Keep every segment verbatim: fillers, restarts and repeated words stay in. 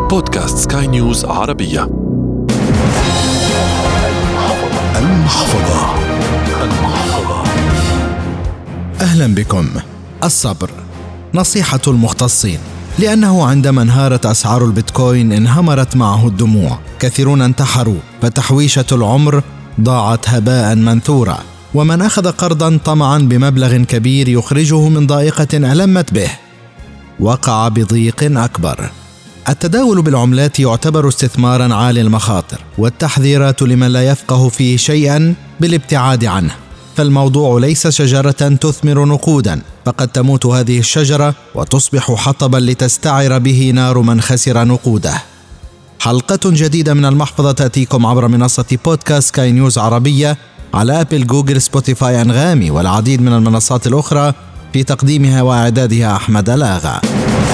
بودكاست سكاي نيوز عربية. المحفظة. المحفظة. أهلا بكم. الصبر نصيحة المختصين، لأنه عندما انهارت أسعار البيتكوين انهمرت معه الدموع. كثيرون انتحروا، فتحويشة العمر ضاعت هباء منثورا. ومن أخذ قرضا طمعا بمبلغ كبير يخرجه من ضائقة ألمت به وقع بضيق أكبر. التداول بالعملات يعتبر استثمارا عالي المخاطر، والتحذيرات لمن لا يفقه فيه شيئا بالابتعاد عنه. فالموضوع ليس شجرة تثمر نقودا، فقد تموت هذه الشجرة وتصبح حطبا لتستعر به نار من خسر نقوده. حلقة جديدة من المحفظة تأتيكم عبر منصة بودكاست سكاي نيوز عربية على أبل، جوجل، سبوتيفاي، أنغامي والعديد من المنصات الأخرى. في تقديمها وإعدادها أحمد الآغا.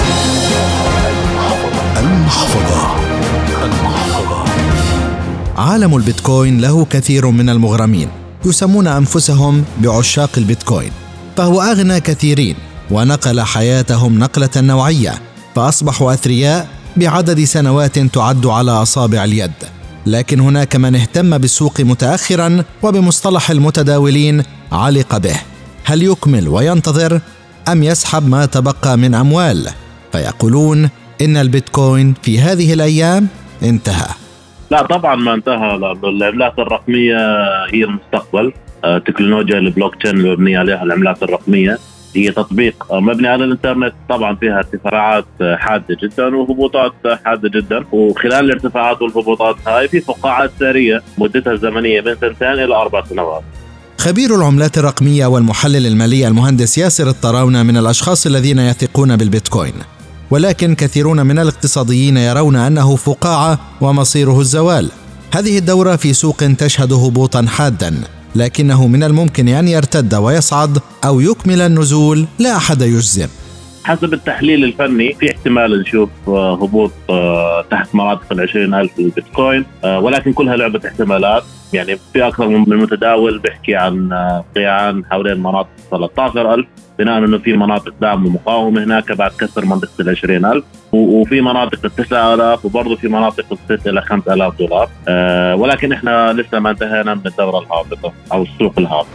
المحفظة. المحفظة. عالم البيتكوين له كثير من المغرمين يسمون أنفسهم بعشاق البيتكوين، فهو أغنى كثيرين ونقل حياتهم نقلة نوعية، فأصبحوا أثرياء بعدد سنوات تعد على أصابع اليد. لكن هناك من اهتم بالسوق متأخرا، وبمصطلح المتداولين علق به. هل يكمل وينتظر أم يسحب ما تبقى من أموال؟ فيقولون إن البيتكوين في هذه الأيام انتهى. لا طبعا ما انتهى، لأن العملات الرقمية هي المستقبل. تكنولوجيا البلوك تشين المبنية عليها العملات الرقمية هي تطبيق مبني على الانترنت. طبعا فيها ارتفاعات حادة جدا وهبوطات حادة جدا، وخلال الارتفاعات والهبوطات هاي في فقاعات سارية مدتها الزمنية من سنتين إلى أربع سنوات. خبير العملات الرقمية والمحلل المالي المهندس ياسر الطراونة من الأشخاص الذين يثقون بالبيتكوين، ولكن كثيرون من الاقتصاديين يرون أنه فقاعة ومصيره الزوال. هذه الدورة في سوق تشهد هبوطا حادا، لكنه من الممكن أن يرتد ويصعد أو يكمل النزول، لا أحد يجزم. حسب التحليل الفني في احتمال نشوف هبوط تحت مراتب العشرين ألف البيتكوين، ولكن كلها لعبة احتمالات. يعني في أكثر من متداول بيحكي عن قيعان حوالين مناطق ثلاثة عشر ألف، بناء أنه في مناطق دعم ومقاومة هناك بعد كسر منطقة العشرين ألف، وفي مناطق التسعة آلاف، وبرضه في مناطق الستة إلى خمسة آلاف دولار. أه ولكن إحنا لسه ما انتهينا من الدورة الهابطة أو السوق الهابط.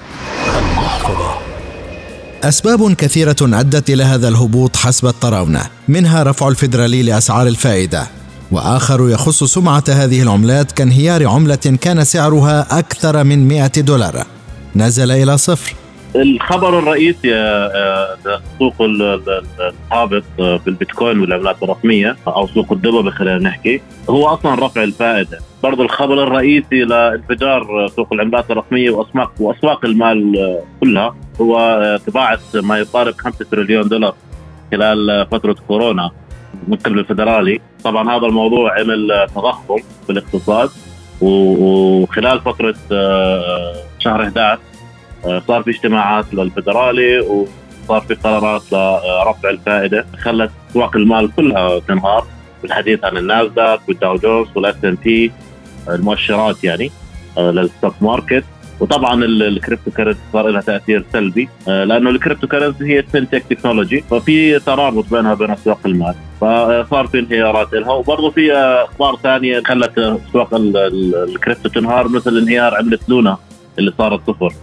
أسباب كثيرة أدت إلى هذا الهبوط حسب الطراونة، منها رفع الفيدرالي لأسعار الفائدة، وآخر يخص سمعة هذه العملات كانهيار عملة كان سعرها أكثر من مئة دولار نزل إلى صفر. الخبر الرئيسي سوق الهابط في البيتكوين والعملات الرقمية أو سوق الدبابة خلينا نحكي هو أصلا رفع الفائدة. برضو الخبر الرئيسي لانفجار سوق العملات الرقمية وأسواق وأسواق المال كلها هو طباعة ما يقارب خمسة تريليون دولار خلال فترة كورونا من قبل الفيدرالي. طبعا هذا الموضوع عمل تضخم في الاقتصاد، وخلال فترة شهر أحد عشر صار في اجتماعات للفيدرالي وصار في قرارات لرفع الفائدة، خلت أسواق المال كلها تنهار، بالحديث عن الناسداك والداو جونز والاس ان بي، المؤشرات يعني للستوك ماركت. وطبعا الكريبتو كرنسي صار لها تأثير سلبي، لأنه الكريبتو كرنسي هي فينتك تكنولوجي، ففي ترابط بينها وبين أسواق المال، فصار في انهيارات لها. وبرضه في أخبار ثانية خلت أسواق الكريبتو تنهار، مثل انهيار عملة لونا اللي صارت صفر.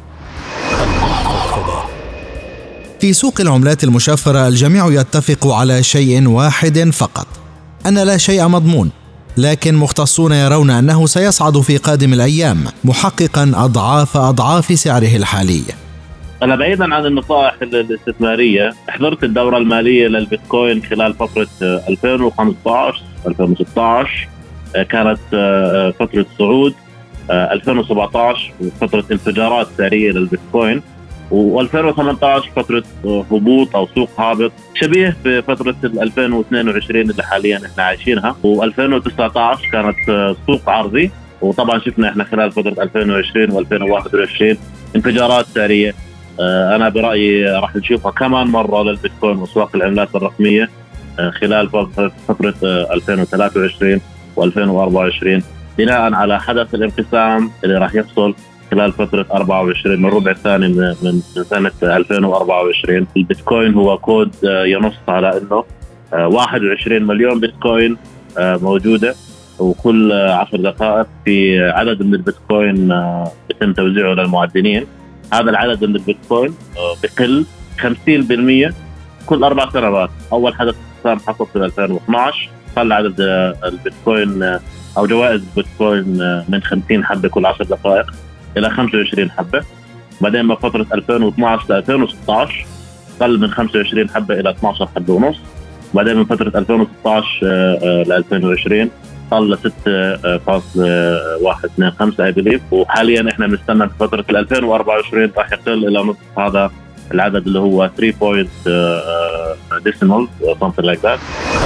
في سوق العملات المشفرة الجميع يتفق على شيء واحد فقط، أن لا شيء مضمون، لكن مختصون يرون أنه سيصعد في قادم الأيام محققا أضعاف أضعاف سعره الحالي. أنا بعيدا عن النصائح الاستثمارية، حضرت الدورة المالية للبيتكوين خلال فترة ألفين وخمسة عشر ألفين وستة عشر، كانت فترة صعود، ألفين وسبعة عشر فترة انفجارات سعرية للبيتكوين، وألفين وثمانية عشر فترة هبوط أو سوق هابط شبيه بفترة ألفين واثنين وعشرين اللي حاليا احنا عايشينها، وألفين وتسعة عشر كانت سوق عرضي. وطبعا شفنا احنا خلال فترة ألفين وعشرين وألفين وواحد وعشرين انفجارات سعرية. أنا برأيي راح نشوفها كمان مرة للبيتكوين وأسواق العملات الرقمية خلال فترة ألفين وثلاثة وعشرين وألفين وأربعة وعشرين، بناء على حدث الانقسام اللي راح يحصل خلال فترة أربعة وعشرين من الربع الثاني من سنة ألفين وأربعة وعشرين. البيتكوين هو كود ينص على أنه واحد وعشرين مليون بيتكوين موجودة، وكل عشر دقائق في عدد من البيتكوين يتم توزيعه للمعدنين. هذا العدد من البيتكوين بقل خمسين بالمئة كل أربع سنوات. أول حدث انقسام حصل في ألفين واثناشر، قل عدد البيتكوين أو جوائز البيتكوين من خمسين حبة كل عشر دقائق إلى خمسة وعشرين حبة. بعدين بفترة ألفين واثناشر ل ألفين وستة عشر قل من خمسة وعشرين حبة إلى اثناشر حبة ونص. بعدين من فترة ألفين وستة عشر ل ألفين وعشرين قل ستة فاصلة واحد اثنين خمسة اي بليف. وحاليا احنا بنستنى في فترة ألفين وأربعة وعشرين راح يقل إلى نصف هذا العدد اللي هو ثلاثة ديسيمال something like that.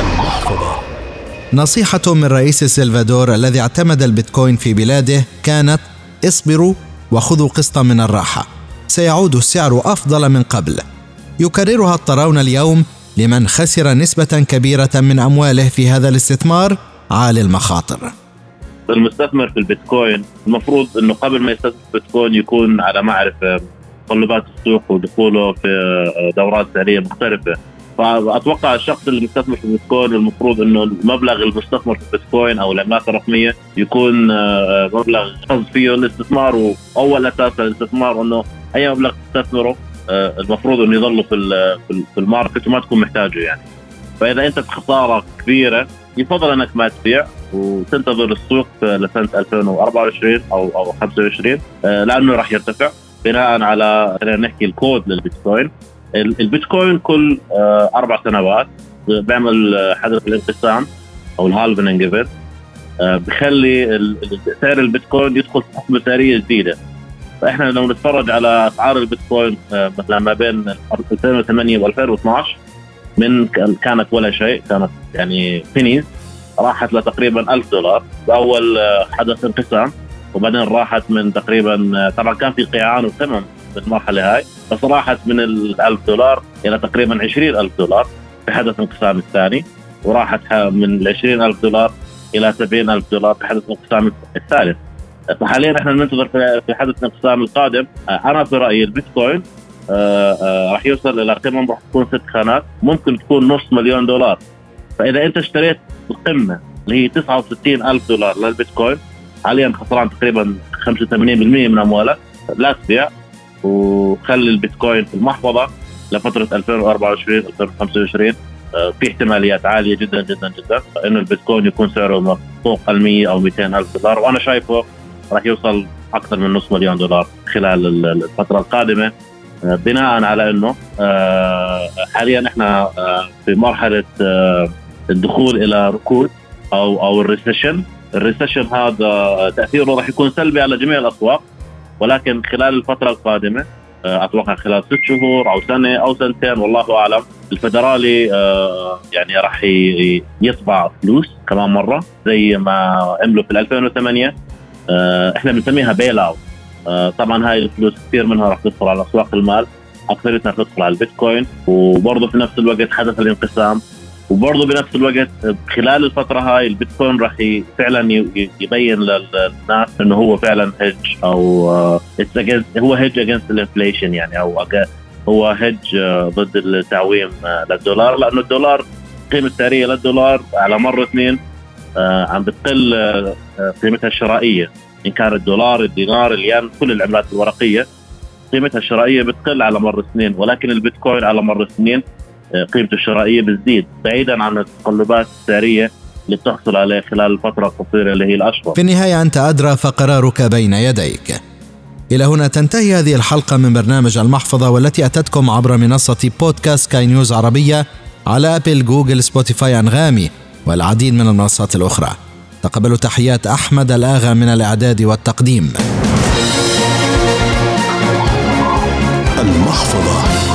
نصيحة من رئيس السلفادور الذي اعتمد البيتكوين في بلاده كانت: اصبروا وخذوا قسطا من الراحة، سيعود السعر أفضل من قبل. يكررها الطراون اليوم لمن خسر نسبة كبيرة من أمواله في هذا الاستثمار عالي المخاطر. المستثمر في البيتكوين المفروض أنه قبل ما يستثمر في البيتكوين يكون على معرفة تقلبات السوق ودخوله في دورات سعرية مختلفة. فأتوقع الشخص اللي مستثمر في البيتكوين المفروض أنه المبلغ المستثمر في البيتكوين أو العملات الرقمية يكون مبلغ خاص فيه الاستثمار، وأول أساس الاستثمار أنه أي مبلغ تستثمره المفروض أنه يظل في في الماركت وما تكون محتاجه يعني. فإذا أنت بخسارة كبيرة يفضل أنك ما تبيع وتنتظر السوق لسنة ألفين وأربعة وعشرين أو أو خمسة وعشرين لأنه راح يرتفع بناء على خلينا نحكي الكود للبيتكوين. البيتكوين كل أربع سنوات بيعمل حدث الانقسام أو الهالفينج ايفنت، بخلي سعر البيتكوين يدخل في حقبة سعرية جديدة. فإحنا لو نتفرج على أسعار البيتكوين مثلا ما بين ألفين وثمانية وألفين واثناشر من كانت ولا شيء، كانت يعني فينيز، راحت لتقريبا ألف دولار بأول حدث انقسام، وبعدين راحت من تقريبا طبعا كان في قيعان وثمن بالمرحلة هاي، بس راحت من الألف دولار إلى تقريبا عشرين ألف دولار في حدث انقسام الثاني، وراحت من العشرين ألف دولار إلى سبعين ألف دولار في حدث انقسام الثالث. فحاليا احنا ننتظر في حدث الانقسام القادم. أنا في رأيي البيتكوين آه آه راح يوصل إلى قمم راح تكون ست خانات، ممكن تكون نص مليون دولار. فإذا أنت اشتريت القمة اللي هي تسعة وستين ألف دولار للبيتكوين، حاليا خسران تقريبا خمسة وثمانين بالمئة من أموالك، لا تبيع وخلي البيتكوين في المحفظة لفترة ألفين وأربعة وعشرين ألفين وخمسة وعشرين. آه في احتماليات عالية جدا جدا جدا إنه البيتكوين يكون سعره فوق المية أو مئتين ألف دولار، وأنا شايفه راح يوصل أكثر من نص مليون دولار خلال الفترة القادمة، بناء على انه حاليا احنا في مرحله الدخول الى ركود او او الريسيشن. الريسيشن هذا تاثيره راح يكون سلبي على جميع الاسواق، ولكن خلال الفتره القادمه اتوقع خلال ست شهور او سنه او سنتين والله اعلم، الفدرالي يعني راح يطبع فلوس كمان مره زي ما عملوا في ألفين وثمانية. احنا بنسميها بيل اوت. طبعا هاي الفلوس كثير منها راح تدخل على اسواق المال، اكثرتها تدخل على البيتكوين، وبرضه في نفس الوقت حدث الانقسام، وبرضه بنفس الوقت خلال الفتره هاي البيتكوين راح فعلا يبين للناس انه هو فعلا هيدج او هو هيدج اجينست الانفليشن يعني، او هو هيدج ضد التعويم للدولار، لانه الدولار قيمه السعريه للدولار على مر اثنين عم بتقل قيمتها الشرائيه، إن كان الدولار الدينار الين كل العملات الورقية قيمتها الشرائية بتقل على مر السنين، ولكن البيتكوين على مر السنين قيمته الشرائية بتزيد بعيدا عن التقلبات السعرية اللي بتحصل عليه خلال الفترة القصيرة اللي هي الأشهر. في النهاية أنت أدرى فقرارك بين يديك. إلى هنا تنتهي هذه الحلقة من برنامج المحفظة، والتي أتتكم عبر منصة بودكاست سكاي نيوز عربية على أبل، جوجل، سبوتيفاي، أنغامي والعديد من المنصات الأخرى. تقبلوا تحيات أحمد الآغا من الإعداد والتقديم. المحفظة.